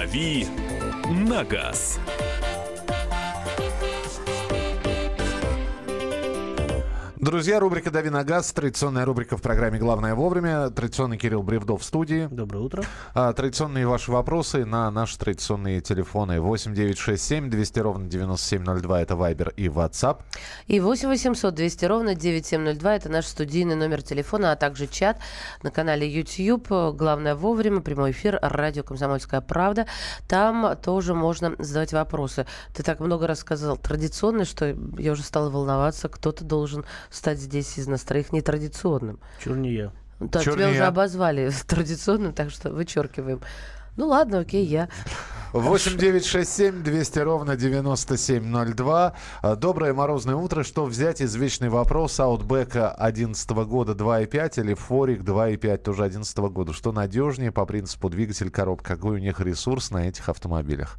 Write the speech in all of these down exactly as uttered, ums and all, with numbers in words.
«Дави на газ». Друзья, рубрика «Дави на газ», традиционная рубрика в программе «Главное вовремя». Традиционный Кирилл Бревдов в студии. Доброе утро. А, традиционные ваши вопросы на наши традиционные телефоны. восемь девятьсот шестьдесят семь двести ровно девяносто семь ноль два, это Вайбер и WhatsApp. И восемь восемьсот двести ровно девяносто семь ноль два, это наш студийный номер телефона, а также чат на канале YouTube. «Главное вовремя», прямой эфир, радио «Комсомольская правда». Там тоже можно задавать вопросы. Ты так много рассказал традиционно, что я уже стала волноваться, кто-то должен стать здесь из нас троих нетрадиционным. Чур не я. Да, Чур тебя не уже я. обозвали традиционным, так что вычеркиваем. Ну ладно, окей, я. восемь девятьсот шестьдесят семь двести ровно девяносто семь ноль два. Доброе морозное утро. Что взять? Извечный вопрос. Outback одиннадцатого года два и пять или Форик два и пять тоже одиннадцатого года. Что надежнее по принципу двигатель, коробка? Какой у них ресурс на этих автомобилях?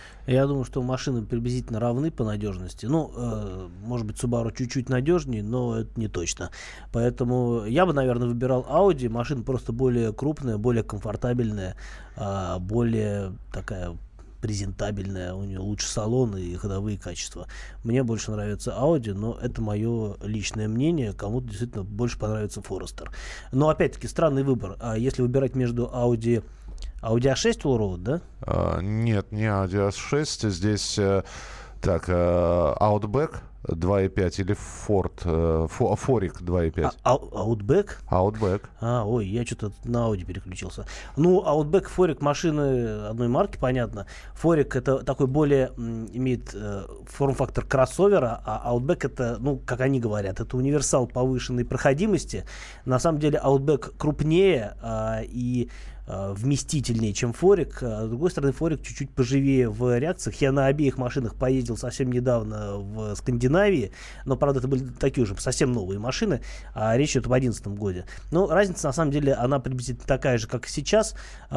Я думаю, что машины приблизительно равны по надежности. Ну, э, может быть, Subaru чуть-чуть надежнее, но это не точно. Поэтому я бы, наверное, выбирал Audi. Машина просто более крупная, более комфортабельная, э, более такая презентабельная. У нее лучше салон и ходовые качества. Мне больше нравится Audi, но это мое личное мнение. Кому-то действительно больше понравится Forester. Но, опять-таки, странный выбор. А если выбирать между Audi... Audi а шесть Allroad, да? А, нет, не Audi а шесть. Здесь э, так, э, Outback два и пять или Ford, э, Форик два и пять. А, Outback? Outback. А, ой, я что-то на Audi переключился. Ну, Outback, Форик, машины одной марки, понятно. Форик это такой более м, имеет э, форм-фактор кроссовера, а Outback это, ну, как они говорят, это универсал повышенной проходимости. На самом деле Outback крупнее э, и вместительнее, чем Форик. А с другой стороны, Форик чуть-чуть поживее в реакциях. Я на обеих машинах поездил совсем недавно в Скандинавии, но, правда, это были такие уже совсем новые машины, а речь идет об две тысячи одиннадцатом годе. Но разница, на самом деле, она приблизительно такая же, как и сейчас.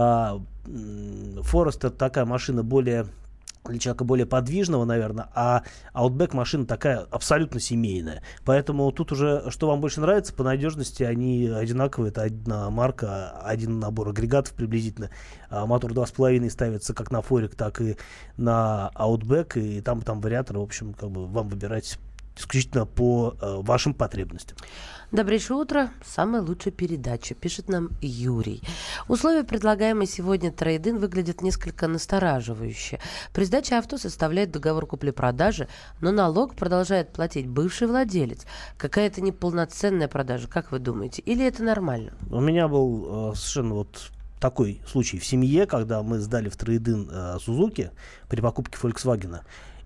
Форестер такая машина более... для человека более подвижного, наверное, а Outback машина такая абсолютно семейная. Поэтому тут уже, что вам больше нравится, по надежности они одинаковые. Это одна марка, один набор агрегатов приблизительно. А мотор два с половиной ставится как на Форик, так и на Outback. И там, там вариаторы, в общем, как бы вам выбирать исключительно по э, вашим потребностям. Добрейшее утро. Самая лучшая передача, пишет нам Юрий. Условия, предлагаемые сегодня трейд-ин, выглядят несколько настораживающе. При сдаче авто составляет договор купли-продажи, но налог продолжает платить бывший владелец. Какая-то неполноценная продажа, как вы думаете? Или это нормально? У меня был э, совершенно вот такой случай в семье, когда мы сдали в трейд-ин э, Сузуки при покупке Volkswagen.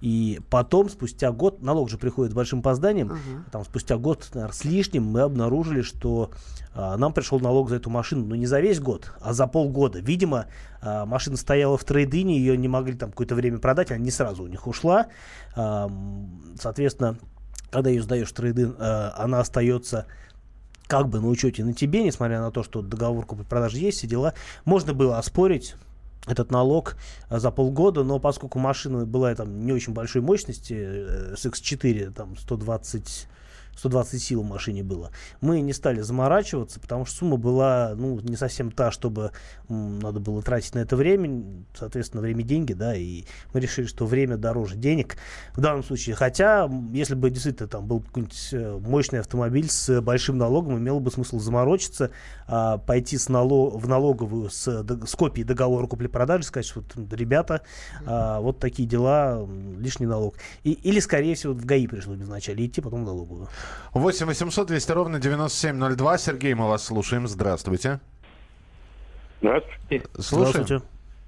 И потом, спустя год, налог же приходит с большим опозданием, uh-huh. там спустя год, наверное, с лишним, мы обнаружили, что а, нам пришел налог за эту машину, ну, не за весь год, а за полгода. Видимо, а, машина стояла в трейд-ине, ее не могли там какое-то время продать, она не сразу у них ушла. А, соответственно, когда ее сдаешь в трейд-ин, а, она остается как бы на учете на тебе, несмотря на то, что договор купли-продажи есть, все дела. Можно было оспорить этот налог за полгода, но поскольку машина была там не очень большой мощности, эс икс четыре, там сто двадцать сил в машине было, мы не стали заморачиваться, потому что сумма была, ну, не совсем та, чтобы м, надо было тратить на это время, соответственно, время деньги, да, и мы решили, что время дороже денег в данном случае. Хотя, если бы действительно там был какой-нибудь мощный автомобиль с большим налогом, имело бы смысл заморочиться, а, пойти с налог, в налоговую с, с копией договора купли-продажи, сказать, что вот, ребята, а, вот такие дела, лишний налог. И, или, скорее всего, в ГАИ пришлось бы вначале идти, потом в налоговую. восемь восемьсот двести ровно девяносто семь ноль два. Сергей, мы вас слушаем. Здравствуйте. Здравствуйте. Слушаем. Здравствуйте.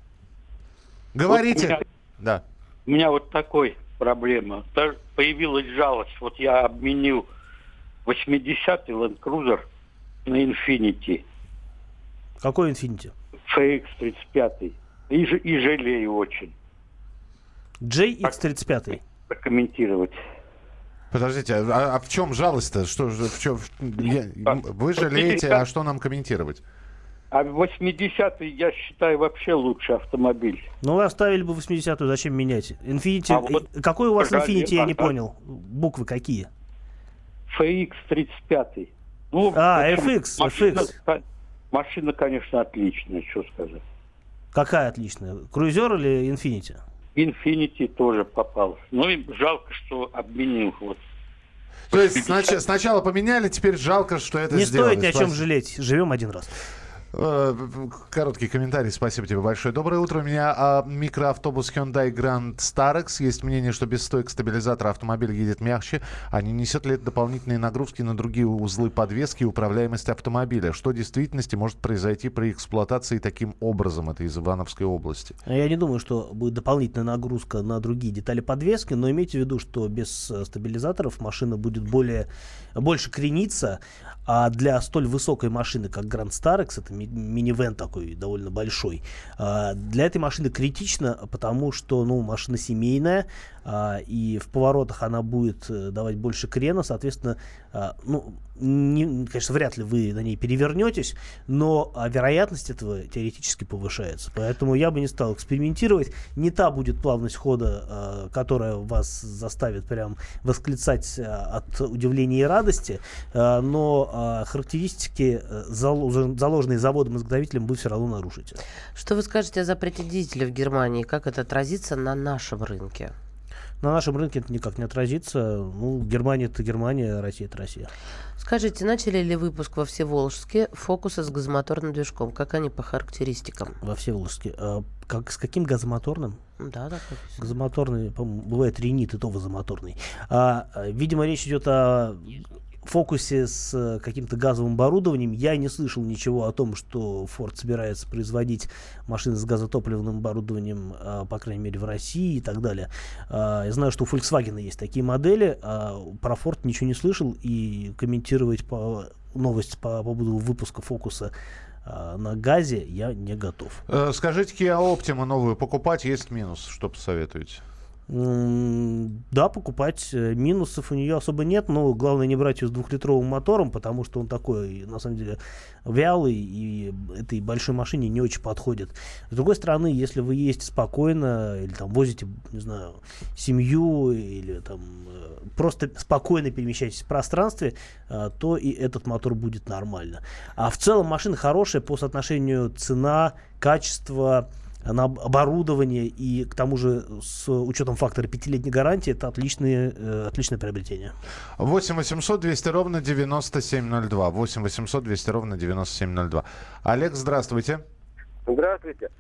Говорите. Вот у меня, да. у меня вот такой проблема. Даже появилась жалость. Вот я обменил восьмидесятый Land Cruiser на Infiniti. Какой Infiniti? эф икс тридцать пять. И, и жалею очень. джей икс тридцать пять. Прокомментировать. Подождите, а, а в чем жалость-то? Что же, в чем? Я, вы жалеете, а что нам комментировать? А восьмидесятый, я считаю, вообще лучший автомобиль. Ну, вы оставили бы восьмидесятую, зачем менять? Infiniti, А вот какой у вас жалею, Infiniti, я не а, понял. Буквы какие? эф икс тридцать пять. Ну, А, в общем, эф икс, машина, эф икс. машина, конечно, отличная, что сказать. Какая отличная? Круизер или Инфинити? Инфинити тоже попал. Ну и жалко, что обменил. Вот. То есть снач- сначала поменяли, теперь жалко, что это Не сделали. стоит ни о чем жалеть. Живем один раз. Короткий комментарий, спасибо тебе большое. Доброе утро, у меня а, микроавтобус Hyundai Grand Starex. Есть мнение, что без стойки стабилизатора автомобиль едет мягче, а не несет ли это дополнительные нагрузки на другие узлы подвески и управляемость автомобиля? Что в действительности может произойти при эксплуатации таким образом? Это из Ивановской области. Я не думаю, что будет дополнительная нагрузка на другие детали подвески, но имейте в виду, что без стабилизаторов машина будет более, больше крениться, а для столь высокой машины, как Grand Starex, это ми- минивэн такой довольно большой, а, для этой машины критично, потому что, ну, машина семейная, а, и в поворотах она будет давать больше крена, соответственно, а, ну, не, конечно, вряд ли вы на ней перевернетесь, но а, вероятность этого теоретически повышается. Поэтому я бы не стал экспериментировать. Не та будет плавность хода, а, которая вас заставит прям восклицать а, от удивления и радости, а, но а, характеристики, а, залож, заложенные заводом-изготовителем, вы все равно нарушите. Что вы скажете о запрете дизеля в Германии? Как это отразится на нашем рынке? На нашем рынке это никак не отразится. Ну, Германия — это Германия, Россия — это Россия. Скажите, начали ли выпуск во Всеволожске фокуса с газомоторным движком? Как они по характеристикам? Во Всеволожске. А, как, с каким газомоторным? Да, так написано. Газомоторный, по-моему, бывает ренит, и то газомоторный. А, видимо, речь идет о фокусе с каким-то газовым оборудованием. Я не слышал ничего о том, что Ford собирается производить машины с газотопливным оборудованием, а, по крайней мере, в России и так далее. А, я знаю, что у Volkswagen есть такие модели, а про Ford ничего не слышал, и комментировать по, новость по поводу выпуска фокуса а, на газе я не готов. Скажите, Kia Optima новую покупать, есть минус? Что посоветуете? Да, покупать. Минусов у нее особо нет, но главное не брать ее с двухлитровым мотором, потому что он такой, на самом деле, вялый и этой большой машине не очень подходит. С другой стороны, если вы ездите спокойно или там возите, не знаю, семью или там просто спокойно перемещаетесь в пространстве, то и этот мотор будет нормально. А в целом машина хорошая по соотношению цена, качество, на оборудование, и к тому же с учетом фактора пятилетней гарантии это отличное, э, отличное приобретение. восемь восемьсот двести ровно девяносто семь ноль два. восемь восемьсот двести ровно девяносто семь ноль два. Олег, здравствуйте. Здравствуйте.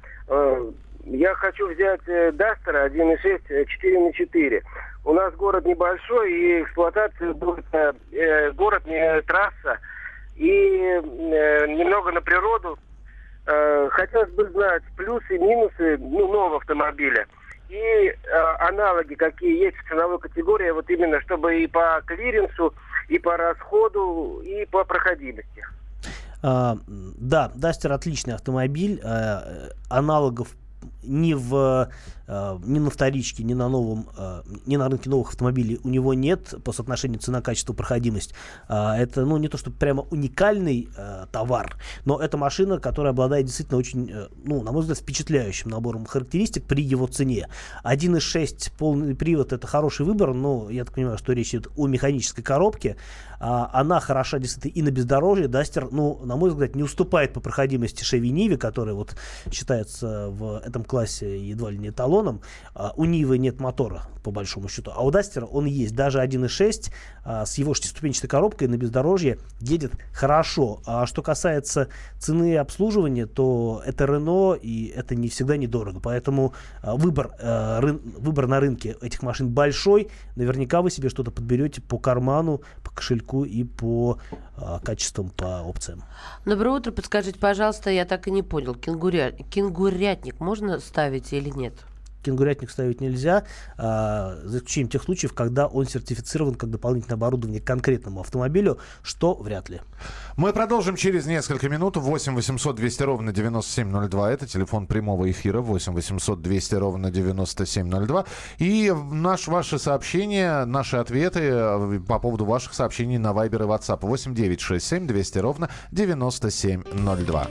Я хочу взять Duster один и шесть четыре на четыре. У нас город небольшой, и эксплуатация будет э, город, не трасса, и э, немного на природу. Хотелось бы знать плюсы и минусы, ну, нового автомобиля. И э, аналоги, какие есть в ценовой категории, вот именно, чтобы и по клиренсу, и по расходу, и по проходимости. А, да, Duster отличный автомобиль. А, аналогов ни в э, ни на вторичке, ни на новом, э, ни на рынке новых автомобилей у него нет по соотношению цена-качество, проходимость. Э, это, ну, не то, что прямо уникальный э, товар, но это машина, которая обладает действительно очень, э, ну, на мой взгляд, впечатляющим набором характеристик при его цене. один и шесть полный привод — это хороший выбор, но я так понимаю, что речь идет о механической коробке. Э, она хороша действительно и на бездорожье. Duster, ну, на мой взгляд, не уступает по проходимости Chevy Nive, которая вот считается в этом классе едва ли не эталоном. А, у Нивы нет мотора, по большому счету, а у Duster он есть. Даже один и шесть а, с его шестиступенчатой коробкой на бездорожье едет хорошо. А что касается цены обслуживания, то это Renault, и это не всегда недорого. Поэтому а, выбор, а, рын, выбор на рынке этих машин большой. Наверняка вы себе что-то подберете по карману, по кошельку и по а, качествам, по опциям. Доброе утро. Подскажите, пожалуйста, я так и не понял, кенгуря... кенгурятник можно ставить или нет? Кенгурятник ставить нельзя, а, за исключением тех случаев, когда он сертифицирован как дополнительное оборудование к конкретному автомобилю, что вряд ли. Мы продолжим через несколько минут. восемь восемьсот двести ровно девяносто семь ноль два. Это телефон прямого эфира. восемь восемьсот двести ровно девяносто семь ноль два. И наш, ваши сообщения, наши ответы по поводу ваших сообщений на Viber и WhatsApp. восемь девятьсот шестьдесят семь двести ровно девяносто семь ноль два.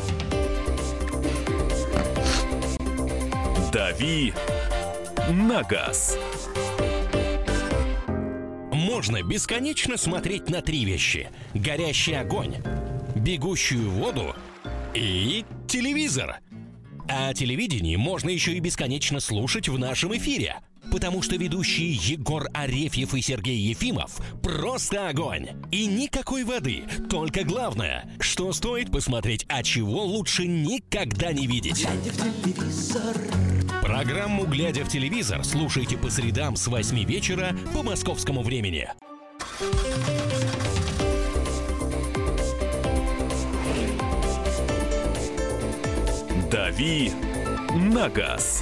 Дави на газ. Можно бесконечно смотреть на три вещи: горящий огонь, бегущую воду и телевизор. А телевидение можно еще и бесконечно слушать в нашем эфире. Потому что ведущие Егор Арефьев и Сергей Ефимов просто огонь. И никакой воды, только главное, что стоит посмотреть, а чего лучше никогда не видеть. Глядя в телевизор. Программу «Глядя в телевизор» слушайте по средам с восьми вечера по московскому времени. «Дави на газ».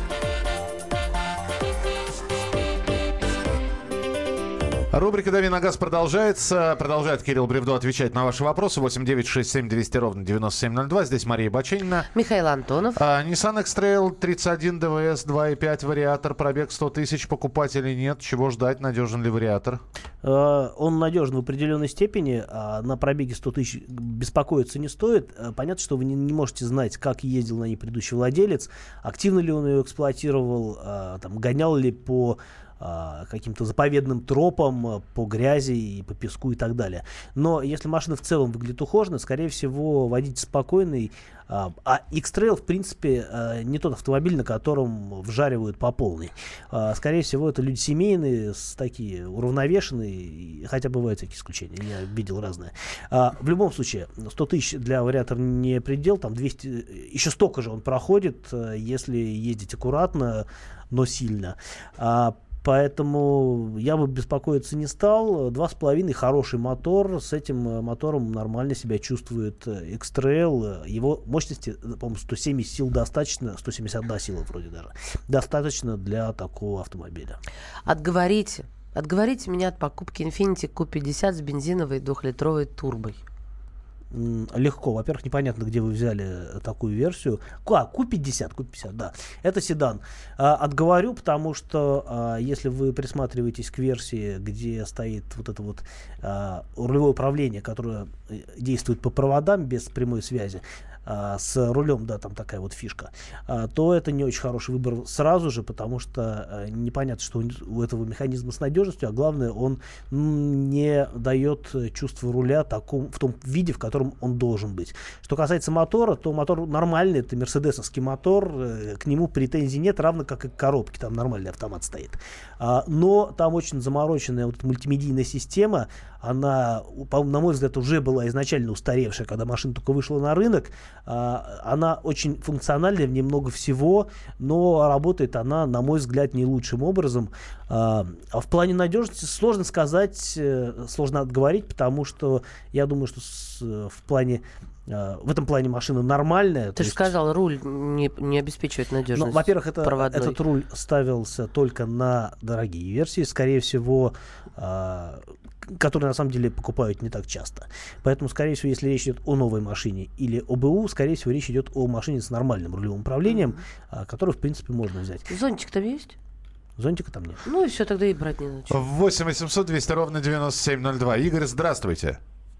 Рубрика «Дави на газ» продолжается. Продолжает Кирилл Бревдо отвечать на ваши вопросы. восемь девятьсот шестьдесят семь двести ровно девяносто семь ноль два. Здесь Мария Баченина. Михаил Антонов. А, Nissan X-Trail тридцать один ДВС, два и пять вариатор, пробег сто тысяч. Покупать или нет? Чего ждать? Надежен ли вариатор? Он надежен в определенной степени, а на пробеге сто тысяч беспокоиться не стоит. Понятно, что вы не, не можете знать, как ездил на ней предыдущий владелец, активно ли он ее эксплуатировал, там, гонял ли по каким-то заповедным тропам, по грязи и по песку и так далее. Но если машина в целом выглядит ухоженно, скорее всего, водитель спокойный. А X-Trail, в принципе, не тот автомобиль, на котором вжаривают по полной. Скорее всего, это люди семейные, такие уравновешенные, хотя бывают такие исключения, я видел разное. В любом случае, сто тысяч для вариатора не предел, там двести, еще столько же он проходит, если ездить аккуратно, но сильно. Поэтому я бы беспокоиться не стал. Два с половиной хороший мотор. С этим мотором нормально себя чувствует X-Trail. Его мощности, по-моему, сто семьдесят сил достаточно. сто семьдесят одна сила вроде даже. Достаточно для такого автомобиля. Отговорите. Отговорите меня от покупки Infiniti кью пятьдесят с бензиновой двухлитровой турбой. Легко. Во-первых, непонятно, где вы взяли такую версию. А, кью пятьдесят, кью пятьдесят, да. Это седан. А, отговорю, потому что а, если вы присматриваетесь к версии, где стоит вот это вот а, рулевое управление, которое действует по проводам без прямой связи, а, с рулем, да, там такая вот фишка, а, то это не очень хороший выбор сразу же, потому что а, непонятно, что у этого механизма с надежностью, а главное, он не дает чувство руля таком, в том виде, в котором он должен быть. Что касается мотора, то мотор нормальный, это мерседесовский мотор, к нему претензий нет, равно как и к коробке, там нормальный автомат стоит. А, но там очень замороченная вот мультимедийная система, она, на мой взгляд, уже была изначально устаревшая, когда машина только вышла на рынок. А, она очень функциональная, в ней много всего, но работает она, на мой взгляд, не лучшим образом. А, а в плане надежности сложно сказать, сложно отговорить, потому что я думаю, что с, в плане в этом плане машина нормальная. Ты же есть... сказал, руль не, не обеспечивает надежность. Ну, во-первых, это, этот руль ставился только на дорогие версии, скорее всего, э, которые на самом деле покупают не так часто. Поэтому, скорее всего, если речь идет о новой машине или о БУ, скорее всего, речь идет о машине с нормальным рулевым управлением, mm-hmm. э, которую, в принципе, можно взять. Зонтик там есть? Зонтика там нет. Ну и все, тогда и брать не надо. восемь восемьсот двести ровно девяносто семь ноль два. Игорь, здравствуйте.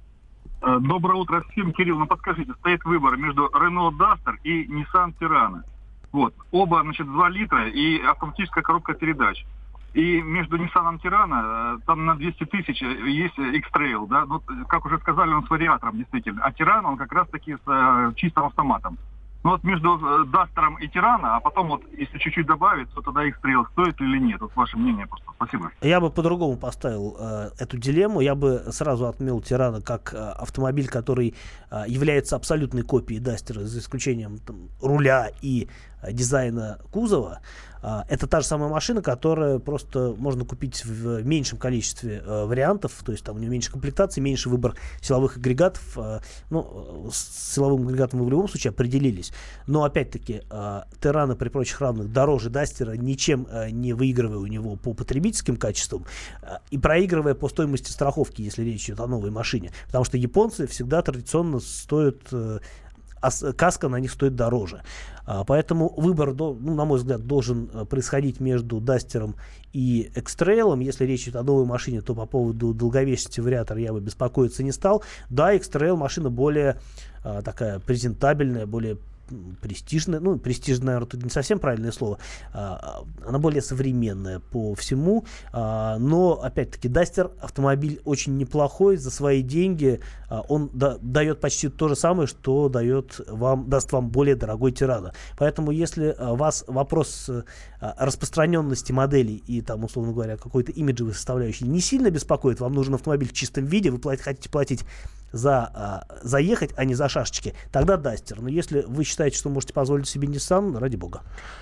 Доброе утро всем, Кирилл. Ну подскажите, стоит выбор между Renault Duster и Nissan Terrano. Вот. Оба, значит, два литра и автоматическая коробка передач. И между Nissan Terrano там на двести тысяч есть X-Trail, да, ну, как уже сказали, он с вариатором действительно. А Terrano, он как раз таки с э, чистым автоматом. Ну вот между Дастером и Тирана, а потом вот если чуть-чуть добавить, то тогда X-Trail стоит или нет? Вот ваше мнение просто. Спасибо. Я бы по-другому поставил э, эту дилемму. Я бы сразу отмел Тирана как э, автомобиль, который э, является абсолютной копией Дастера, за исключением там, руля и э, дизайна кузова. Э, это та же самая машина, которая просто можно купить в меньшем количестве э, вариантов, то есть там у нее меньше комплектаций, меньше выбор силовых агрегатов. Э, ну, с силовым агрегатом мы в любом случае определились. Но опять-таки э, Террано при прочих равных дороже Дастера, ничем э, не выигрывая у него по потребительским качествам э, и проигрывая по стоимости страховки, если речь идет о новой машине. Потому что японцы всегда традиционно стоят, э, а каска на них стоит дороже. А, поэтому выбор, ну, на мой взгляд, должен происходить между Дастером и X-Trail. Если речь идет о новой машине, то по поводу долговечности вариатора я бы беспокоиться не стал. Да, X-Trail машина более а, такая презентабельная, более престижная, ну, престижная, наверное, это не совсем правильное слово, а, она более современная по всему, а, но, опять-таки, Duster автомобиль очень неплохой, за свои деньги а, он да, дает почти то же самое, что дает вам, даст вам более дорогой Тирана. Поэтому, если а, вас вопрос а, распространенности моделей и, там, условно говоря, какой-то имиджевой составляющей не сильно беспокоит, вам нужен автомобиль в чистом виде, вы платите, хотите платить за а, заехать, а не за шашечки, тогда Duster. Но если вы считаете, что можете позволить себе Nissan, ради бога.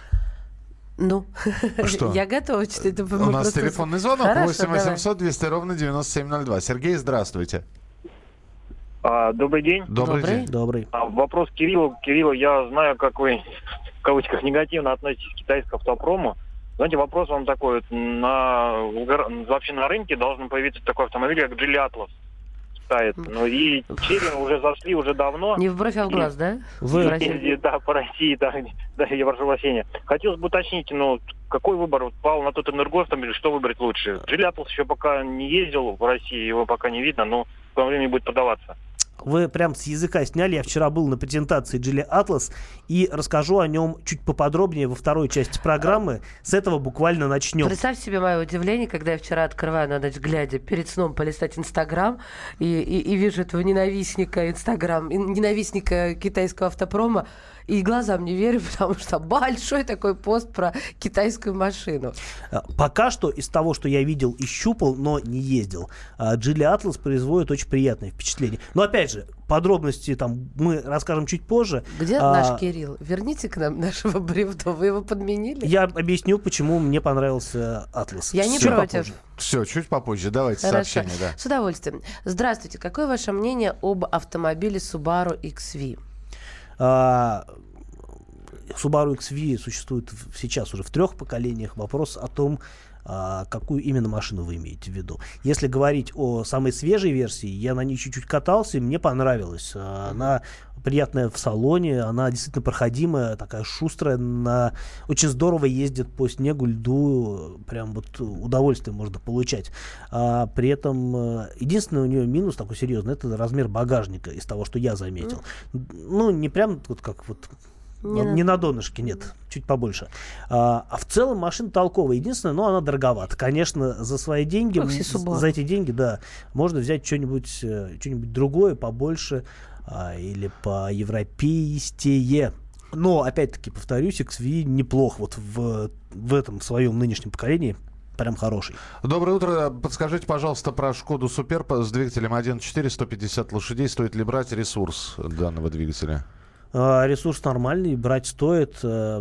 Ну, что? Я готова. Это у нас просто... телефонный звонок. восемь восемьсот двести ровно девяносто семь ноль два. Сергей, здравствуйте. А, добрый день. Добрый, добрый. день. Добрый. А, вопрос Кириллу. Кирилл, я знаю, как вы, в кавычках, негативно относитесь к китайскому автопрому. Знаете, вопрос вам такой. Вот, на, вообще на рынке должен появиться такой автомобиль, как Geely Atlas. Ну и Черри уже зашли уже давно. Не в бровь, а в глаз, да? Вы... России, да, по России, да, да, я прошу прощения. Хотелось бы уточнить, ну, какой выбор вот, пал на тот энергоавтомобиль, что выбрать лучше? Geely Atlas еще пока не ездил в России, его пока не видно, но в скором времени будет продаваться. Вы прям с языка сняли. Я вчера был на презентации Geely Atlas и расскажу о нем чуть поподробнее во второй части программы. С этого буквально начнем. Представь себе мое удивление, когда я вчера открываю на ночь глядя перед сном полистать Инстаграм и, и, и вижу этого ненавистника Инстаграм, ненавистника китайского автопрома, и глазам не верю, потому что большой такой пост про китайскую машину. Пока что из того, что я видел и щупал, но не ездил, Geely Atlas производит очень приятное впечатление. Но опять же, подробности там мы расскажем чуть позже. Где а, наш Кирилл? Верните к нам нашего бревна. Вы его подменили? Я объясню, почему мне понравился Atlas. Я не чуть против. Попозже. Все, чуть попозже. Давайте Хорошо. сообщение. Да. С удовольствием. Здравствуйте. Какое ваше мнение об автомобиле Subaru икс ви? А, Subaru икс ви существует сейчас уже в трех поколениях. Вопрос о том, а, какую именно машину вы имеете в виду. Если говорить о самой свежей версии, я на ней чуть-чуть катался, и мне понравилось. А, она приятная в салоне, она действительно проходимая, такая шустрая, на... очень здорово ездит по снегу, льду, прям вот удовольствие можно получать. А, при этом единственный у нее минус такой серьезный, это размер багажника, из того, что я заметил. Mm. Ну, не прям вот как вот... Не, не на... на донышке, нет, чуть побольше. А, а в целом машина толковая. Единственное, но она дороговата. Конечно, за свои деньги, Ох, за, за эти деньги, да, можно взять что-нибудь, что-нибудь другое, побольше а, или по-европейстее. Но, опять-таки, повторюсь, икс ви неплох вот в, в этом своем нынешнем поколении. Прям хороший. Доброе утро. Подскажите, пожалуйста, про Шкоду Суперб с двигателем один четыре, сто пятьдесят лошадей. Стоит ли брать ресурс данного двигателя? Ресурс нормальный, брать стоит.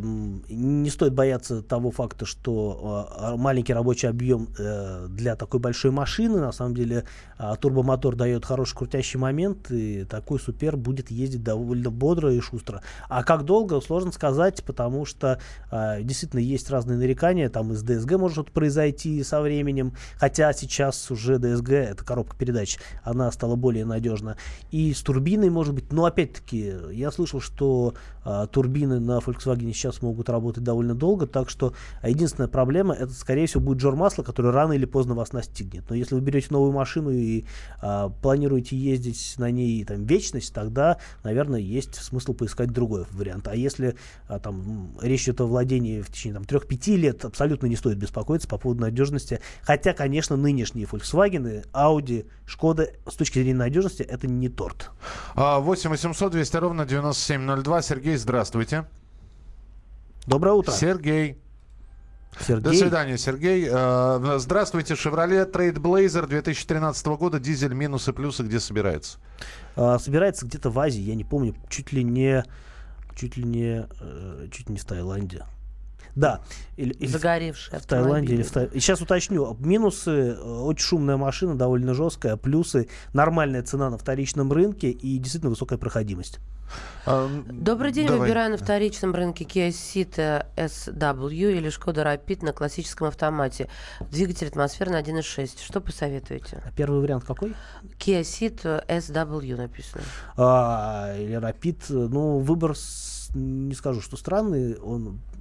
Не стоит бояться того факта, что маленький рабочий объем для такой большой машины. На самом деле турбомотор дает хороший крутящий момент, и такой Супер будет ездить довольно бодро и шустро. А как долго, сложно сказать, потому что действительно есть разные нарекания. Там из ди эс джи может что-то произойти со временем, хотя сейчас уже ди эс джи, это коробка передач, она стала более надежна. И с турбиной может быть, но опять-таки я слышал, что а, турбины на Volkswagen сейчас могут работать довольно долго, так что а, единственная проблема, это, скорее всего, будет жор масла, который рано или поздно вас настигнет. Но если вы берете новую машину и а, планируете ездить на ней там, вечность, тогда, наверное, есть смысл поискать другой вариант. А если а, там, речь идет о владении в течение трех-пяти лет, абсолютно не стоит беспокоиться по поводу надежности. Хотя, конечно, нынешние Volkswagen, Audi, Шкода с точки зрения надежности это не торт. восемь восемьсот двести ровно девяносто семь ноль два. Сергей, здравствуйте. Доброе утро. Сергей. Сергей. До свидания, Сергей. Здравствуйте. Chevrolet Trailblazer две тысячи тринадцатого года. Дизель, минусы, плюсы. Где собирается? Собирается где-то в Азии, я не помню. Чуть ли не, чуть ли не, чуть ли не в Таиланде. Да. Или, или Загоревший в Таиланде или в Та... Сейчас уточню. Минусы, очень шумная машина, довольно жесткая. Плюсы, нормальная цена на вторичном рынке и действительно высокая проходимость. Добрый день. Давай. Выбираю на вторичном рынке Kia Ceed эс дабл ю или Skoda Rapid на классическом автомате. Двигатель атмосферный один и шесть. Что посоветуете? А первый вариант какой? Kia Ceed эс дабл ю написано. А, или Rapid. Ну, выбор, с... не скажу, что странный. Он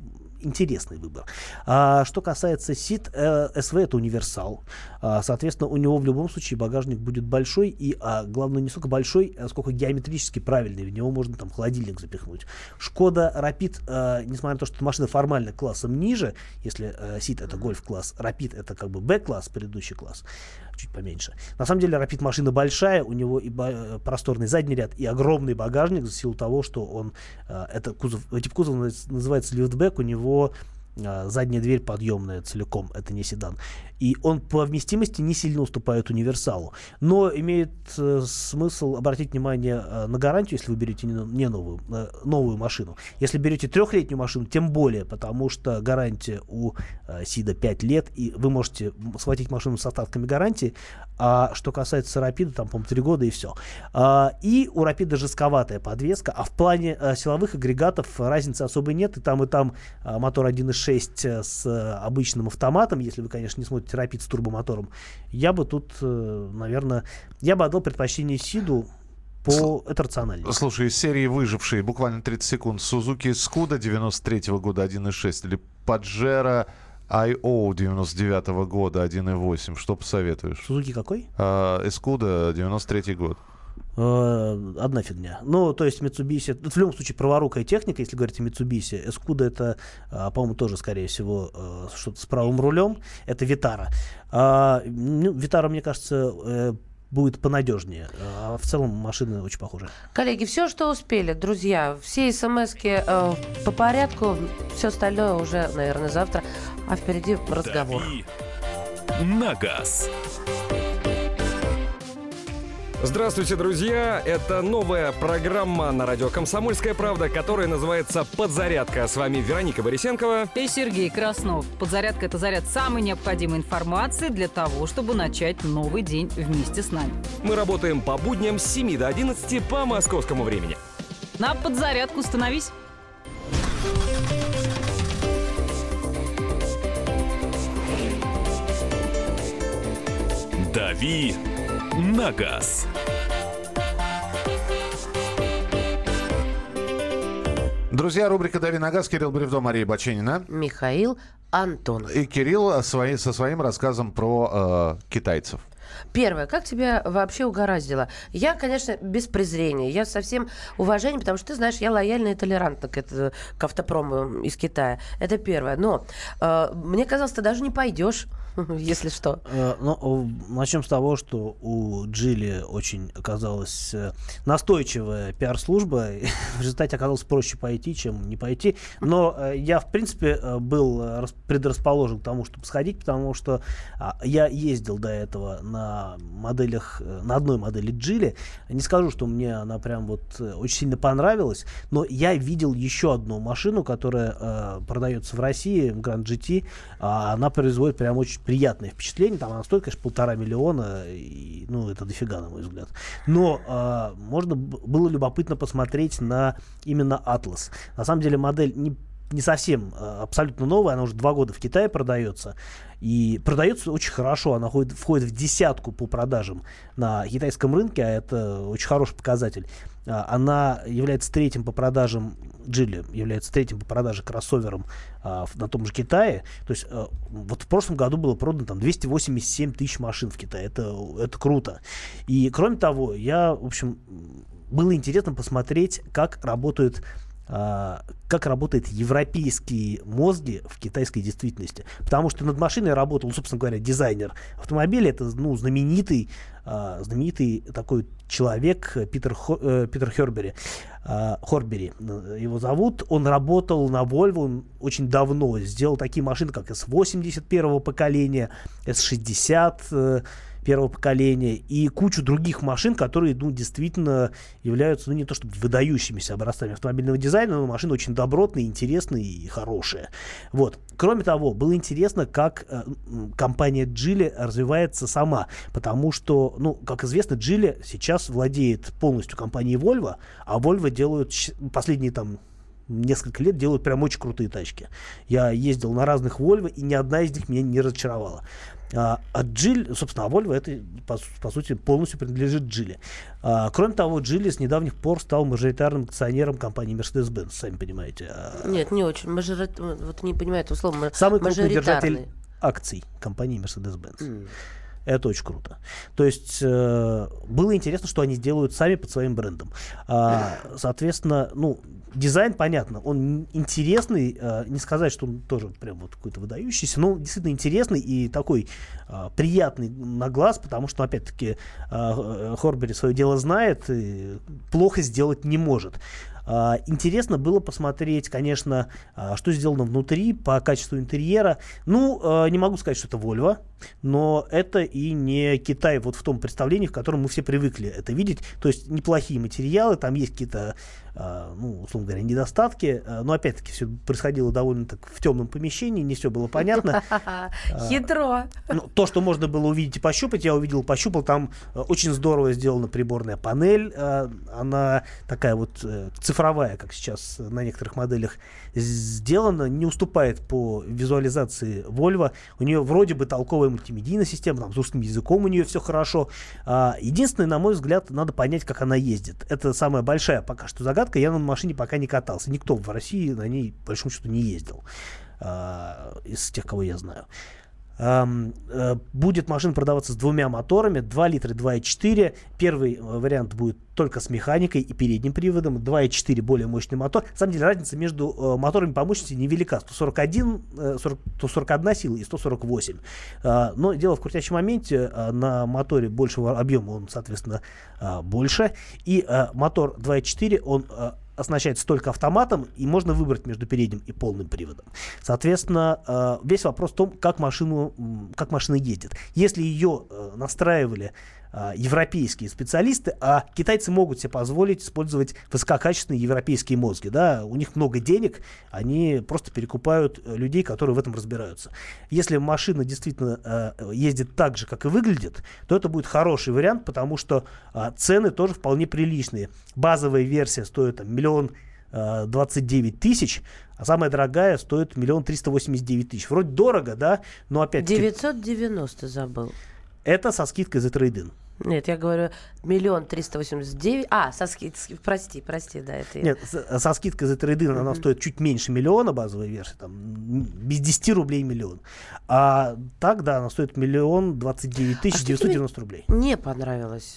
интересный выбор. А, что касается Сид, э, эс ви это универсал. А, соответственно, у него в любом случае багажник будет большой, и а, главное, не столько большой, а сколько геометрически правильный. В него можно там холодильник запихнуть. Шкода Rapid, э, несмотря на то, что машина формально классом ниже, если э, Сид это гольф-класс, Rapid это как бы Б-класс, предыдущий класс, чуть поменьше. На самом деле Rapid машина большая, у него и ба- просторный задний ряд, и огромный багажник за силу того, что он, э, это кузов, тип кузова называется лифтбэк, у него э, задняя дверь подъемная целиком, это не седан. И он по вместимости не сильно уступает универсалу. Но имеет э, смысл обратить внимание э, на гарантию, если вы берете не, не новую, э, новую машину. Если берете трехлетнюю машину, тем более, потому что гарантия у э, Сида пять лет, и вы можете схватить машину с остатками гарантии. А что касается Рапида, там, по-моему, три года и все. А, и у Рапида жестковатая подвеска, а в плане а, силовых агрегатов разницы особой нет. И там, и там а, мотор один и шесть с а, обычным автоматом, если вы, конечно, не смотрите Рапид с турбомотором. Я бы тут, а, наверное, я бы отдал предпочтение Сиду. По... Это рационально. Слушай, из серии «Выжившие», буквально тридцать секунд, Suzuki Scuda девяносто третьего года один и шесть или Pajero ай о девяносто девятого года один и восемь. Что посоветуешь? Сузуки какой? Эскуда девяносто третий год. Uh, одна фигня. Ну, то есть Mitsubishi, в любом случае праворукая техника, если говорить о Mitsubishi. Эскуда это, uh, по-моему, тоже, скорее всего, uh, что-то с правым рулем. Это Vitara. Uh, ну, Vitara, мне кажется, uh, будет понадежнее. А в целом машины очень похожи. Коллеги, все, что успели, друзья, все смски э, по порядку, все остальное уже, наверное, завтра. А впереди разговор. Дави на газ. Здравствуйте, друзья! Это новая программа на радио «Комсомольская правда», которая называется «Подзарядка». С вами Вероника Борисенкова и Сергей Краснов. Подзарядка — это заряд самой необходимой информации для того, чтобы начать новый день вместе с нами. Мы работаем по будням с семи до одиннадцати по московскому времени. На подзарядку становись! Дави на газ. Друзья, рубрика «Дави на газ». Кирилл Бревдо, Мария Баченина. Михаил Антонов. И Кирилл свои, со своим рассказом про э, китайцев. Первое, как тебя вообще угораздило? Я, конечно, без презрения, я со всем уважением, потому что, ты знаешь, я лояльна и толерантна к, это, к автопрому из Китая. Это первое. Но э, мне казалось, ты даже не пойдешь, если что. Э, ну, начнем с того, что у Джили очень оказалась настойчивая пиар-служба. В результате оказалось проще пойти, чем не пойти. Но э, я, в принципе, был предрасположен к тому, чтобы сходить, потому что э, я ездил до этого на моделях, на одной модели Джили. Не скажу, что мне она прям вот очень сильно понравилась, но я видел еще одну машину, которая э, продается в России, Grand джи ти. Э, она производит прям очень приятное впечатление. Там она стоит, конечно, полтора миллиона. И, ну, это дофига, на мой взгляд. Но э, можно было любопытно посмотреть на именно Atlas. На самом деле модель не не совсем а, абсолютно новая, она уже два года в Китае продается, и продается очень хорошо, она входит, входит в десятку по продажам на китайском рынке, а это очень хороший показатель. А, она является третьим по продажам, Джили является третьим по продаже кроссовером а, в, на том же Китае, то есть а, вот в прошлом году было продано там двести восемьдесят семь тысяч машин в Китае, это, это круто. И кроме того, я, в общем, было интересно посмотреть, как работают как работают европейские мозги в китайской действительности. Потому что над машиной работал, ну, собственно говоря, дизайнер автомобиля. Это, ну, знаменитый, знаменитый такой человек Питер, Хо, Питер Хербери. Хорбери его зовут. Он работал на Volvo он очень давно. Сделал такие машины, как эс восемьдесят первого поколения, эс шестьдесят первого поколения и кучу других машин, которые, ну, действительно являются, ну, не то чтобы выдающимися образцами автомобильного дизайна, но машины очень добротные, интересные и хорошие. Вот. Кроме того, было интересно, как э, компания Geely развивается сама, потому что, ну, как известно, Geely сейчас владеет полностью компанией Volvo, а Volvo делают последние там несколько лет делают прям очень крутые тачки. Я ездил на разных Volvo, и ни одна из них меня не разочаровала. А, а Geely, собственно, а Volvo это, по, по сути, полностью принадлежит Geely. А, кроме того, Geely с недавних пор стал мажоритарным акционером компании Mercedes-Benz, сами понимаете. А, Нет, не очень. Мажорит... Вот не понимаю это слово. Самый крупный держатель акций компании Mercedes-Benz. Mm. Это очень круто. То есть э, было интересно, что они делают сами под своим брендом. А, соответственно, ну, дизайн, понятно, он интересный. Э, не сказать, что он тоже прям вот какой-то выдающийся, но он действительно интересный и такой э, приятный на глаз, потому что, опять-таки, э, Хорбери свое дело знает и плохо сделать не может. Uh, интересно было посмотреть, конечно, uh, что сделано внутри по качеству интерьера. Ну, uh, не могу сказать, что это Volvo, но это и не Китай вот в том представлении, в котором мы все привыкли это видеть. То есть неплохие материалы, там есть какие-то, uh, ну, условно говоря, недостатки, uh, но опять-таки все происходило довольно так в темном помещении, не все было понятно. Хитро. То, что можно было увидеть и пощупать, я увидел, пощупал. Там очень здорово сделана приборная панель. Она такая вот цифровая, как сейчас на некоторых моделях сделана, не уступает по визуализации Volvo. У нее вроде бы толковая мультимедийная система, там с русским языком у нее все хорошо. Единственное, на мой взгляд, надо понять, как она ездит. Это самая большая пока что загадка. Я на машине пока не катался. Никто в России на ней, по большому счету, не ездил из тех, кого я знаю. Um, uh, будет машина продаваться с двумя моторами, два литра, два и четыре. Первый uh, вариант будет только с механикой и передним приводом, два и четыре более мощный мотор. На самом деле разница между uh, моторами по мощности невелика, сто сорок один, сорок, сто сорок одна сила и сто сорок восемь. Uh, но дело в крутящем моменте, uh, на моторе большего объема он, соответственно, uh, больше. И uh, мотор два и четыре, он uh, оснащается только автоматом, и можно выбрать между передним и полным приводом. Соответственно, весь вопрос в том, как, машину, как машина едет. Если ее настраивали европейские специалисты, а китайцы могут себе позволить использовать высококачественные европейские мозги, да, у них много денег, они просто перекупают людей, которые в этом разбираются. Если машина действительно э, ездит так же, как и выглядит, то это будет хороший вариант, потому что э, цены тоже вполне приличные. Базовая версия стоит там, миллион двадцать девять тысяч, а самая дорогая стоит миллион триста восемьдесят девять тысяч. Вроде дорого, да, но опять-таки... девятьсот девяносто забыл. Это со скидкой за трейд-ин. Нет, я говорю миллион триста восемьдесят девять. А, со скидкой, прости, прости, да, это. Нет, со, со скидкой за трейд-ин mm-hmm. она стоит чуть меньше миллиона, базовая версия, там без десяти рублей миллион. А так, да, она стоит миллион двадцать девять тысяч девятьсот девяносто рублей. Не понравилось.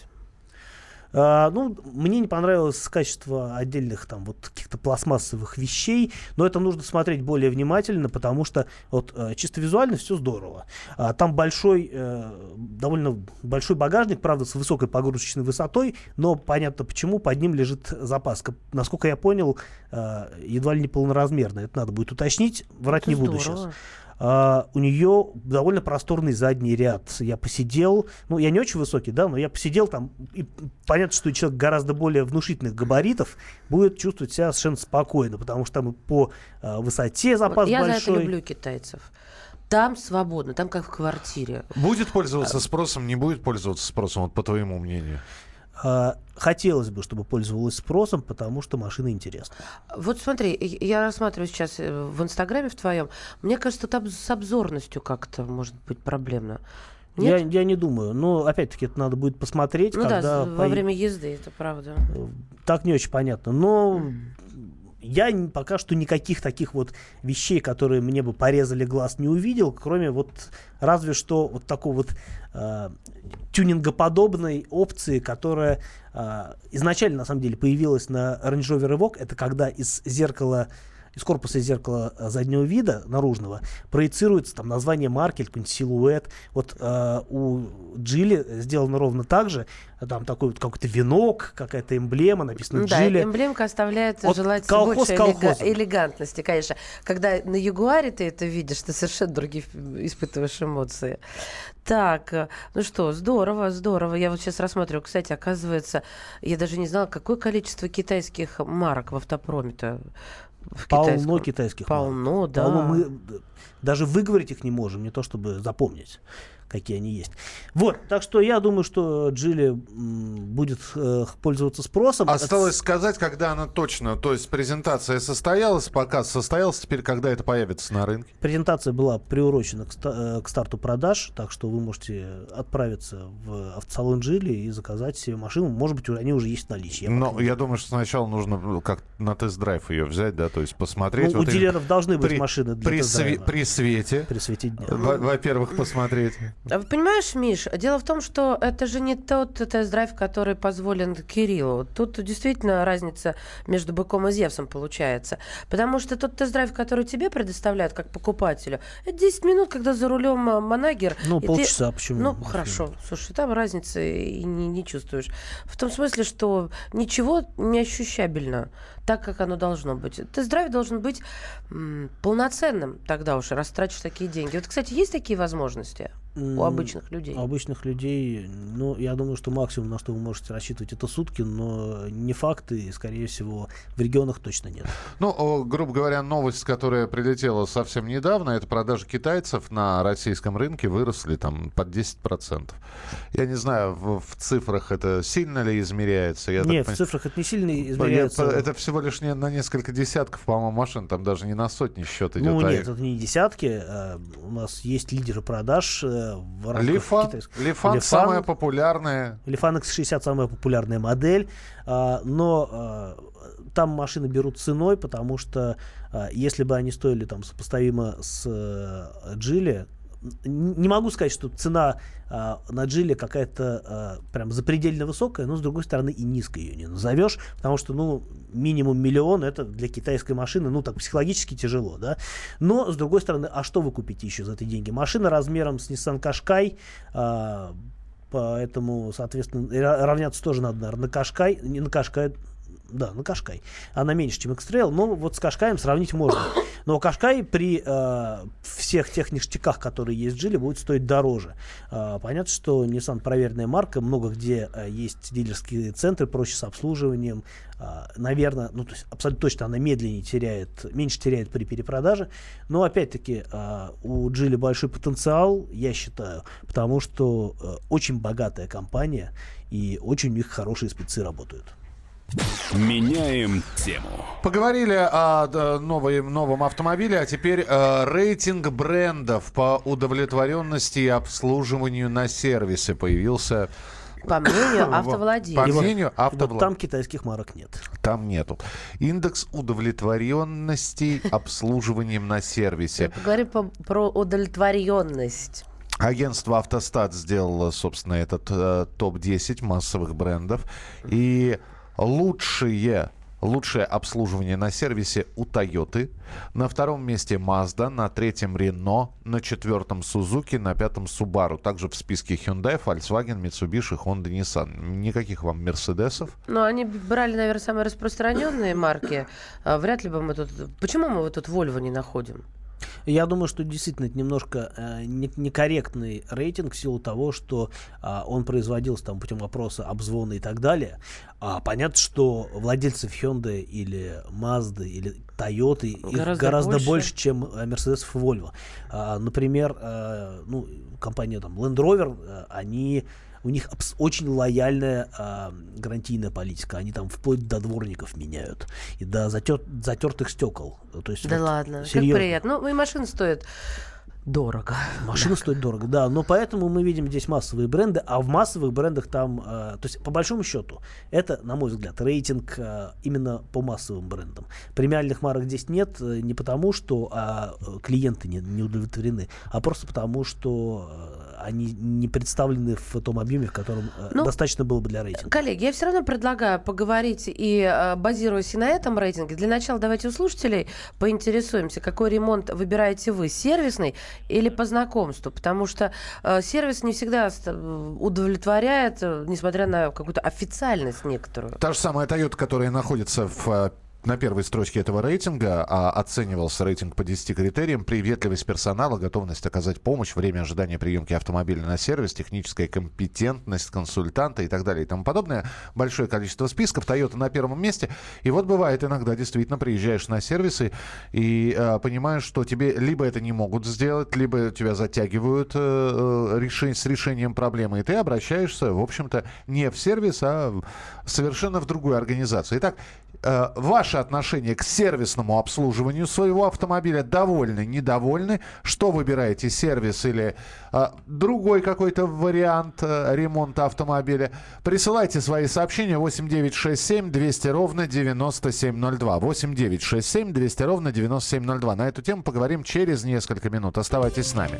Uh, ну, мне не понравилось качество отдельных там вот каких-то пластмассовых вещей, но это нужно смотреть более внимательно, потому что вот uh, чисто визуально все здорово. Uh, там большой, uh, довольно большой багажник, правда, с высокой погрузочной высотой, но понятно почему, под ним лежит запаска. Насколько я понял, uh, едва ли не полноразмерная. Это надо будет уточнить, врать это не буду здорово. Сейчас. Uh, у нее довольно просторный задний ряд. Я посидел, ну, я не очень высокий, да, но я посидел там, и понятно, что человек гораздо более внушительных габаритов будет чувствовать себя совершенно спокойно, потому что там и по uh, высоте запас вот я большой. Я за это люблю китайцев. Там свободно, там как в квартире. Будет пользоваться спросом, не будет пользоваться спросом, вот по твоему мнению? Хотелось бы, чтобы пользовалась спросом, потому что машина интересна. Вот смотри, я рассматриваю сейчас в Инстаграме в твоем. Мне кажется, там с обзорностью как-то может быть проблемно. Я, я не думаю. Но, опять-таки, это надо будет посмотреть. Ну когда да, по... во время езды, это правда. Так не очень понятно. Но... Я пока что никаких таких вот вещей, которые мне бы порезали глаз, не увидел, кроме вот разве что вот такой вот э, тюнингоподобной опции, которая э, изначально на самом деле появилась на Range Rover Evoque. Это когда из зеркала, из корпуса зеркала заднего вида наружного проецируется там название марки, какой-нибудь силуэт. Вот э, у Geely сделано ровно так же. Там такой вот какой-то венок, какая-то эмблема, написано Geely. Да, эмблемка оставляет вот желать колхоз больше элега- элегантности, конечно. Когда на Ягуаре ты это видишь, ты совершенно другие испытываешь эмоции. Так, ну что, здорово, здорово. Я вот сейчас рассматриваю, кстати, оказывается, я даже не знала, какое количество китайских марок в автопроме-то. В Полно китайском. китайских Полно, марок. да. Полно. Мы даже выговорить их не можем, не то чтобы запомнить. какие они есть. Вот, так что я думаю, что Джили будет э, пользоваться спросом. Осталось сказать, когда она точно, то есть презентация состоялась, показ состоялся, теперь когда это появится на рынке? Презентация была приурочена к, ста- к старту продаж, так что вы можете отправиться в автосалон Джили и заказать себе машину. Может быть, они уже есть в наличии. Но я думаю, что сначала нужно как на тест-драйв ее взять, да, то есть посмотреть. Ну, вот у дилеров должны быть при, машины для при, тест-драйва. При свете. При свете дня. Во-первых, посмотреть. А вы понимаешь, Миш, дело в том, что это же не тот тест-драйв, который позволен Кириллу. Тут действительно разница между быком и Зевсом получается. Потому что тот тест-драйв, который тебе предоставляют как покупателю, это десять минут, когда за рулем манагер. Ну, полчаса, ты... почему? Ну, хорошо. Слушай, там разницы и не, не чувствуешь. В том смысле, что ничего не ощущабельно так, как оно должно быть. Тест-драйв должен быть м, полноценным, тогда уж растратишь такие деньги. Вот, кстати, есть такие возможности у обычных людей? У обычных людей, ну, я думаю, что максимум, на что вы можете рассчитывать, это сутки, но не факты, и, скорее всего, в регионах точно нет. Ну, грубо говоря, новость, которая прилетела совсем недавно, это продажи китайцев на российском рынке выросли там под десять процентов. Я не знаю, в, в цифрах это сильно ли измеряется? Я Нет, так... в цифрах это не сильно измеряется. Это всего лишь не, на несколько десятков, по-моему, машин, там даже не на сотни счет идет. Ну, а нет, их... это не десятки. У нас есть лидеры продаж в рамках Лифан, китайских. Лифан, Лифан самая популярная. Лифан икс шестьдесят самая популярная модель, но там машины берут ценой, потому что если бы они стоили там сопоставимо с Джили, не могу сказать, что цена э, на Джили какая-то э, прям запредельно высокая, но с другой стороны и низкой ее не назовешь, потому что ну минимум миллион это для китайской машины, ну так психологически тяжело, да. Но с другой стороны, а что вы купите еще за эти деньги? Машина размером с Nissan Qashqai, э, поэтому соответственно равняться тоже надо, наверное, на Qashqai, не на Qashqai. Да, на Qashqai. Она меньше, чем X-Trail, но вот с Qashqai сравнить можно. Но Qashqai при э, всех тех ништяках, которые есть в Джили, будет стоить дороже. Э, понятно, что Nissan проверенная марка, много где э, есть дилерские центры, проще с обслуживанием. Э, наверное, ну то есть абсолютно точно она медленнее теряет, меньше теряет при перепродаже. Но опять-таки э, у Джили большой потенциал, я считаю, потому что э, очень богатая компания и очень у них хорошие спецы работают. Меняем тему. Поговорили о да, новой, новом автомобиле, а теперь э, рейтинг брендов по удовлетворенности и обслуживанию на сервисе появился. По мнению автовладельцев. По мнению автовладельцев. Вот там китайских марок нет. Там нету. Индекс удовлетворенности обслуживанием на сервисе. Поговорим по, про удовлетворенность. Агентство «Автостат» сделало, собственно, этот э, топ десять массовых брендов. И лучшие, лучшее обслуживание на сервисе у Toyota. На втором месте Mazda, на третьем Renault, на четвертом Suzuki, на пятом Subaru. Также в списке Hyundai, Volkswagen, Mitsubishi, Honda, Nissan. Никаких вам Мерседесов. Ну, они брали, наверное, самые распространенные марки. А вряд ли бы мы тут... Почему мы вот тут Volvo не находим? Я думаю, что действительно это немножко э, некорректный рейтинг в силу того, что э, он производился там путем опроса, обзвона и так далее. А понятно, что владельцев Hyundai или Mazda или Toyota их гораздо, гораздо больше. больше, чем Mercedes и Volvo. А, например, э, ну, компания там Land Rover, э, они... У них очень лояльная э, гарантийная политика. Они там вплоть до дворников меняют. И до затер, затертых стекол. То есть, да вот, ладно, серьезно. Как приятно. Ну, и машины стоят дорого. Машина стоит дорого, да. Но поэтому мы видим здесь массовые бренды. А в массовых брендах там... Э, то есть, по большому счету, это, на мой взгляд, рейтинг э, именно по массовым брендам. Премиальных марок здесь нет э, не потому, что э, клиенты не, не удовлетворены, а просто потому, что... Э, они не представлены в том объеме, в котором ну, достаточно было бы для рейтинга. Коллеги, я все равно предлагаю поговорить и э, базируясь и на этом рейтинге. Для начала давайте у слушателей поинтересуемся, какой ремонт выбираете вы, сервисный или по знакомству, потому что э, сервис не всегда удовлетворяет, несмотря на какую-то официальность некоторую. Та же самая Toyota, которая находится в на первой строчке этого рейтинга. А, оценивался рейтинг по десяти критериям: приветливость персонала, готовность оказать помощь, время ожидания приемки автомобиля на сервис, техническая компетентность консультанта и так далее и тому подобное. Большое количество списков. Toyota на первом месте. И вот бывает иногда действительно приезжаешь на сервисы и э, понимаешь, что тебе либо это не могут сделать, либо тебя затягивают э, решень, с решением проблемы, и ты обращаешься, в общем-то, не в сервис, а совершенно в другую организацию. Итак, э, ваше отношение к сервисному обслуживанию своего автомобиля: довольны, недовольны? Что выбираете, сервис или э, другой какой-то вариант э, ремонта автомобиля? Присылайте свои сообщения восемь девятьсот шестьдесят семь двести ровно девяносто семь ноль два. восемь девятьсот шестьдесят семь двести ровно девяносто семь ноль два. На эту тему поговорим через несколько минут. Оставайтесь с нами.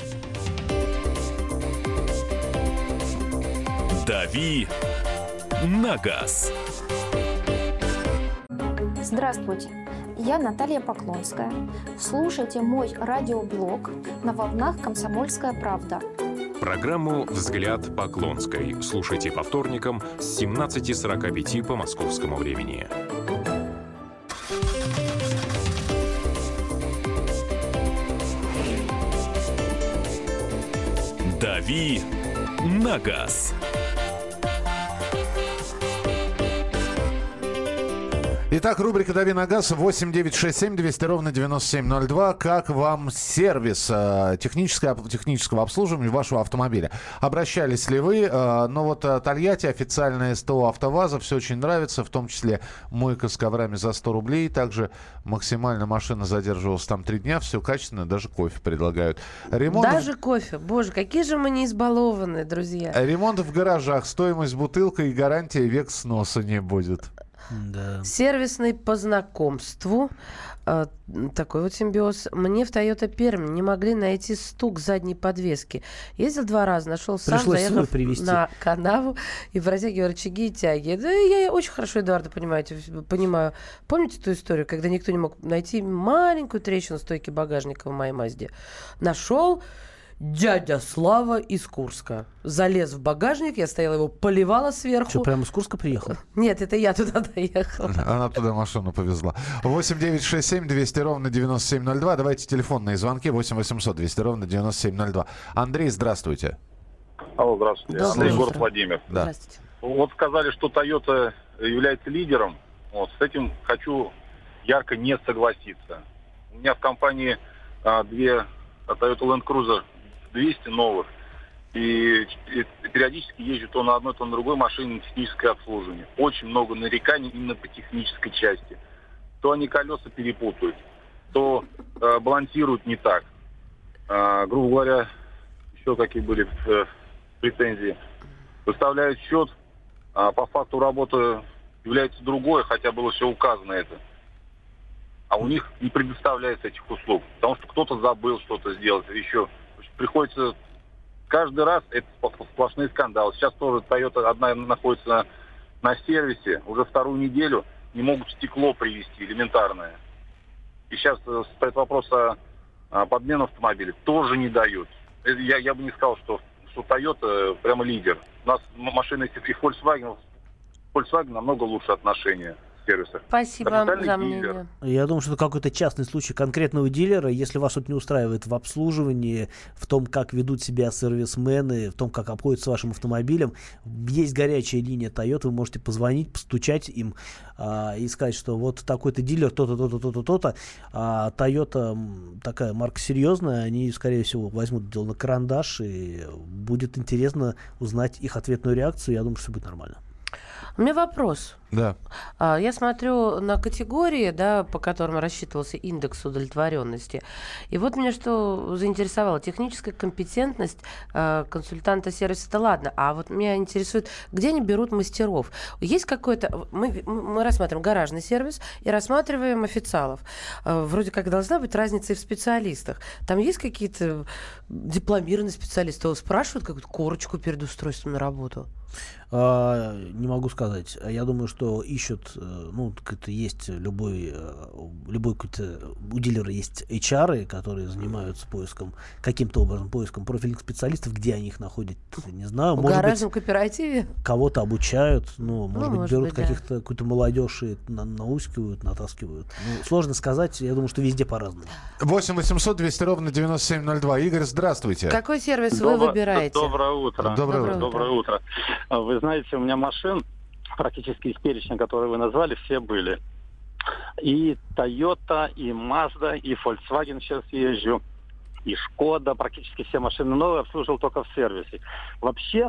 «Дави на газ». Здравствуйте, я Наталья Поклонская. Слушайте мой радиоблог на волнах «Комсомольская правда». Программу «Взгляд Поклонской» слушайте по вторникам с семнадцати сорока пяти по московскому времени. «Дави на газ». Итак, рубрика «Дави на газ», восемь девятьсот шестьдесят семь двести ровно девяносто семь ноль два. Как вам сервис э, технического, технического обслуживания вашего автомобиля? Обращались ли вы? Э, но вот э, Тольятти, официальное СТО АвтоВАЗа, все очень нравится, в том числе мойка с коврами за сто рублей. Также максимально машина задерживалась там три дня, все качественно, даже кофе предлагают. Ремонт... Даже кофе. Боже, какие же мы не избалованные, друзья. Ремонт в гаражах, стоимость бутылка и гарантия век сноса не будет. Да. Сервисный по знакомству. Э, такой вот симбиоз. Мне в Toyota Пермь не могли найти стук задней подвески. Ездил два раза, нашел сам, Пришлось заехав привезти. на канаву и протягивал рычаги и тяги. Да, я очень хорошо Эдуарда понимаете, понимаю. Помните ту историю, когда никто не мог найти маленькую трещину в стойке багажника в моей Мазде? Нашел дядя Слава из Курска. Залез в багажник, я стояла, его поливала сверху. Что, прямо из Курска приехал? Нет, это я туда доехала. Она туда машину повезла. восемь девятьсот шестьдесят семь двести ровно девяносто семь ноль два. Давайте телефонные звонки. восемь восемьсот двести ровно девяносто семь ноль два. Андрей, здравствуйте. Алло, здравствуйте. Доброе Андрей, утро. город Владимир. Да. Здравствуйте. Вот сказали, что Toyota является лидером. Вот, с этим хочу ярко не согласиться. У меня в компании а, две Toyota Land Cruiser двести новых. И, и периодически езжу то на одной, то на другой машине на техническое обслуживание. Очень много нареканий именно по технической части. То они колеса перепутают, то э, балансируют не так. Э, грубо говоря, еще какие были э, претензии. Выставляют счет, а по факту работы является другое, хотя было все указано это. А у них не предоставляется этих услуг, потому что кто-то забыл что-то сделать, еще приходится каждый раз, это сплошные скандалы. Сейчас тоже Toyota одна находится на, на сервисе, уже вторую неделю не могут стекло привезти элементарное. И сейчас стоит вопрос о, о подмене автомобиля, тоже не дают. Я, я бы не сказал, что, что Toyota прямо лидер. У нас машины и Volkswagen, Volkswagen намного лучше отношения. Сервисах. Спасибо за мнение. Я думаю, что это какой-то частный случай конкретного дилера. Если вас что-то не устраивает в обслуживании, в том, как ведут себя сервисмены, в том, как обходятся с вашим автомобилем, есть горячая линия Toyota, вы можете позвонить, постучать им а, и сказать, что вот такой-то дилер, то-то, то-то, то-то, то-то. А Toyota такая марка серьезная, они, скорее всего, возьмут дело на карандаш, и будет интересно узнать их ответную реакцию. Я думаю, что все будет нормально. У меня вопрос. Да. Я смотрю на категории, да, по которым рассчитывался индекс удовлетворенности. И вот меня что заинтересовало. Техническая компетентность э, консультанта сервиса, это ладно. А вот меня интересует, где они берут мастеров. Есть какой-то... Мы, мы рассматриваем гаражный сервис и рассматриваем официалов. Э, вроде как должна быть разница и в специалистах. Там есть какие-то дипломированные специалисты? Спрашивают какую-то корочку перед устройством на работу? А, не могу сказать. Я думаю, что ищут, ну, это есть любой, любой какой-то, у дилера есть эйч ар, которые занимаются поиском, каким-то образом поиском профильных специалистов, где они их находят, не знаю. В может гаражном быть, кооперативе? Кого-то обучают, ну, может ну, быть, может берут быть, каких-то, да. какую-то молодежь и на, наускивают, натаскивают. Ну, сложно сказать, я думаю, что везде по-разному. восемь восемьсот двести ровно девяносто семь ноль два. Игорь, здравствуйте. Какой сервис Добро- вы выбираете? Доброе утро. Доброе утро. Доброе утро. Вы знаете, у меня машин практически из перечня, который вы назвали, все были. И Toyota, и Mazda, и Volkswagen сейчас езжу, и Шкода, практически все машины новые, обслуживал только в сервисе. Вообще,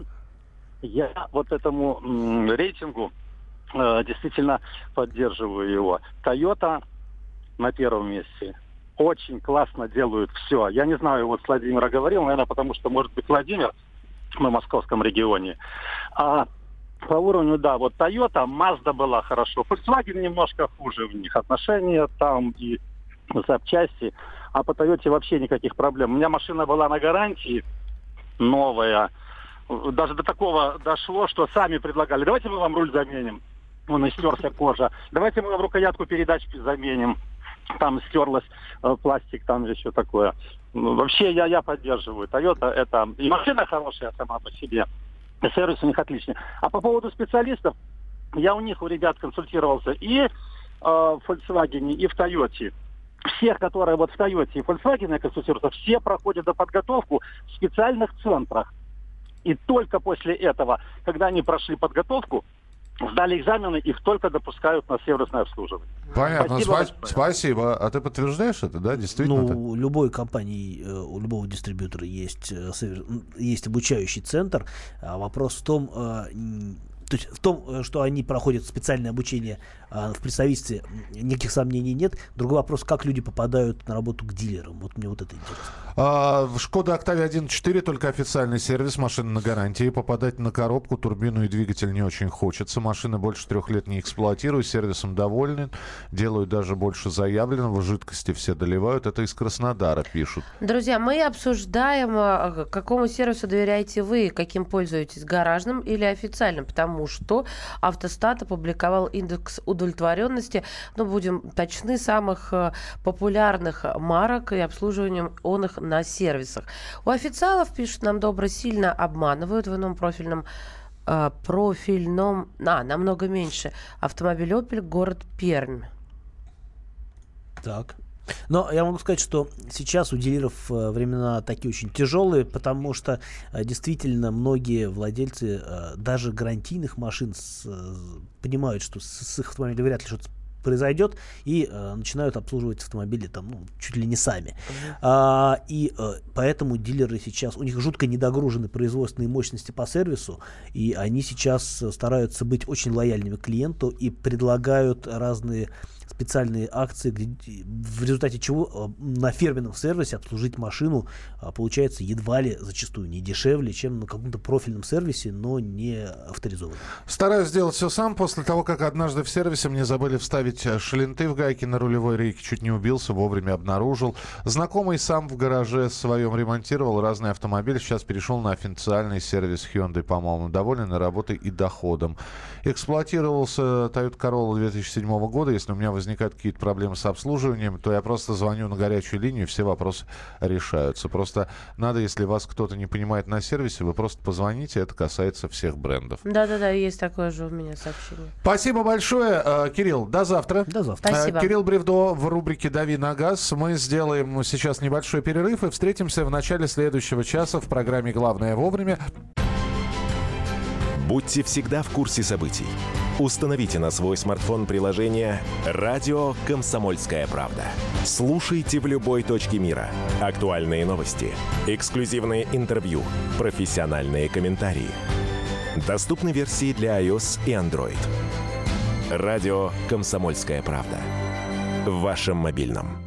я вот этому м, рейтингу э, действительно поддерживаю его. Toyota на первом месте. Очень классно делают все. Я не знаю, вот с Владимира говорил, наверное, потому что, может быть, Владимир, мы в московском регионе. А по уровню, да, вот Toyota, Mazda была хорошо. Volkswagen немножко хуже у них отношения там и запчасти. А по Toyota вообще никаких проблем. У меня машина была на гарантии, новая. Даже до такого дошло, что сами предлагали. Давайте мы вам руль заменим. Он истерся кожа. Давайте мы вам рукоятку передач заменим. Там стерлась э, пластик, там еще такое. Ну, вообще я, я поддерживаю. Toyota это... И машина хорошая сама по себе. И сервис у них отличный. А по поводу специалистов, я у них, у ребят консультировался и э, в Volkswagen, и в Toyota. Все, которые вот в Toyota и Volkswagen я консультируются, все проходят подготовку в специальных центрах. И только после этого, когда они прошли подготовку, сдали экзамены, их только допускают на сервисное обслуживание. Понятно. Спасибо. Спа- спасибо. А ты подтверждаешь это, да? Действительно? Ну, так? у любой компании, э, у любого дистрибьютора есть, э, совер- м, есть обучающий центр. А вопрос в том, э, н- то есть в том, э, что они проходят специальное обучение э, в представительстве, м, никаких сомнений нет. Другой вопрос, как люди попадают на работу к дилерам. Вот мне вот это интересно. А, в Шкода Октавия один четыре только официальный сервис, машина на гарантии. Попадать на коробку, турбину и двигатель не очень хочется. Машины больше трех лет не эксплуатирую, сервисом довольны. Делают даже больше заявленного, жидкости все доливают. Это из Краснодара пишут. Друзья, мы обсуждаем, а, какому сервису доверяете вы, каким пользуетесь, гаражным или официальным, потому что Автостат опубликовал индекс удовлетворенности, ну, будем точны, самых а, популярных марок и обслуживанием он их на сервисах. У официалов, пишут нам добро, сильно обманывают в ином профильном э, профильном, а, намного меньше. Автомобиль Opel, город Пермь. Так. Но я могу сказать, что сейчас у дилеров э, времена такие очень тяжелые, потому что э, действительно многие владельцы э, даже гарантийных машин с, э, понимают, что с, с их автомобилем вряд ли что-то произойдет, и э, начинают обслуживать автомобили там, ну, чуть ли не сами. Uh-huh. А, и э, поэтому дилеры сейчас, у них жутко недогружены производственные мощности по сервису, и они сейчас стараются быть очень лояльными к клиенту и предлагают разные специальные акции, где, в результате чего на фирменном сервисе обслужить машину а, получается едва ли зачастую не дешевле, чем на каком-то профильном сервисе, но не авторизованном. Стараюсь сделать все сам. После того, как однажды в сервисе мне забыли вставить шлинты в гайки на рулевой рейке, чуть не убился, вовремя обнаружил. Знакомый сам в гараже своем ремонтировал разные автомобили. Сейчас перешел на официальный сервис Hyundai, по-моему. Доволен и работой, и доходом. Эксплуатировался Toyota Corolla две тысячи седьмого года. Если у меня возникают какие-то проблемы с обслуживанием, то я просто звоню на горячую линию, и все вопросы решаются. Просто надо, если вас кто-то не понимает на сервисе, вы просто позвоните, это касается всех брендов. Да-да-да, есть такое же у меня сообщение. Спасибо большое, Кирилл. До завтра. До завтра. Спасибо. Кирилл Бревдо в рубрике «Дави на газ». Мы сделаем сейчас небольшой перерыв и встретимся в начале следующего часа в программе «Главное вовремя». Будьте всегда в курсе событий. Установите на свой смартфон приложение «Радио Комсомольская правда». Слушайте в любой точке мира. Актуальные новости, эксклюзивные интервью, профессиональные комментарии. Доступны версии для iOS и Android. «Радио Комсомольская правда». В вашем мобильном.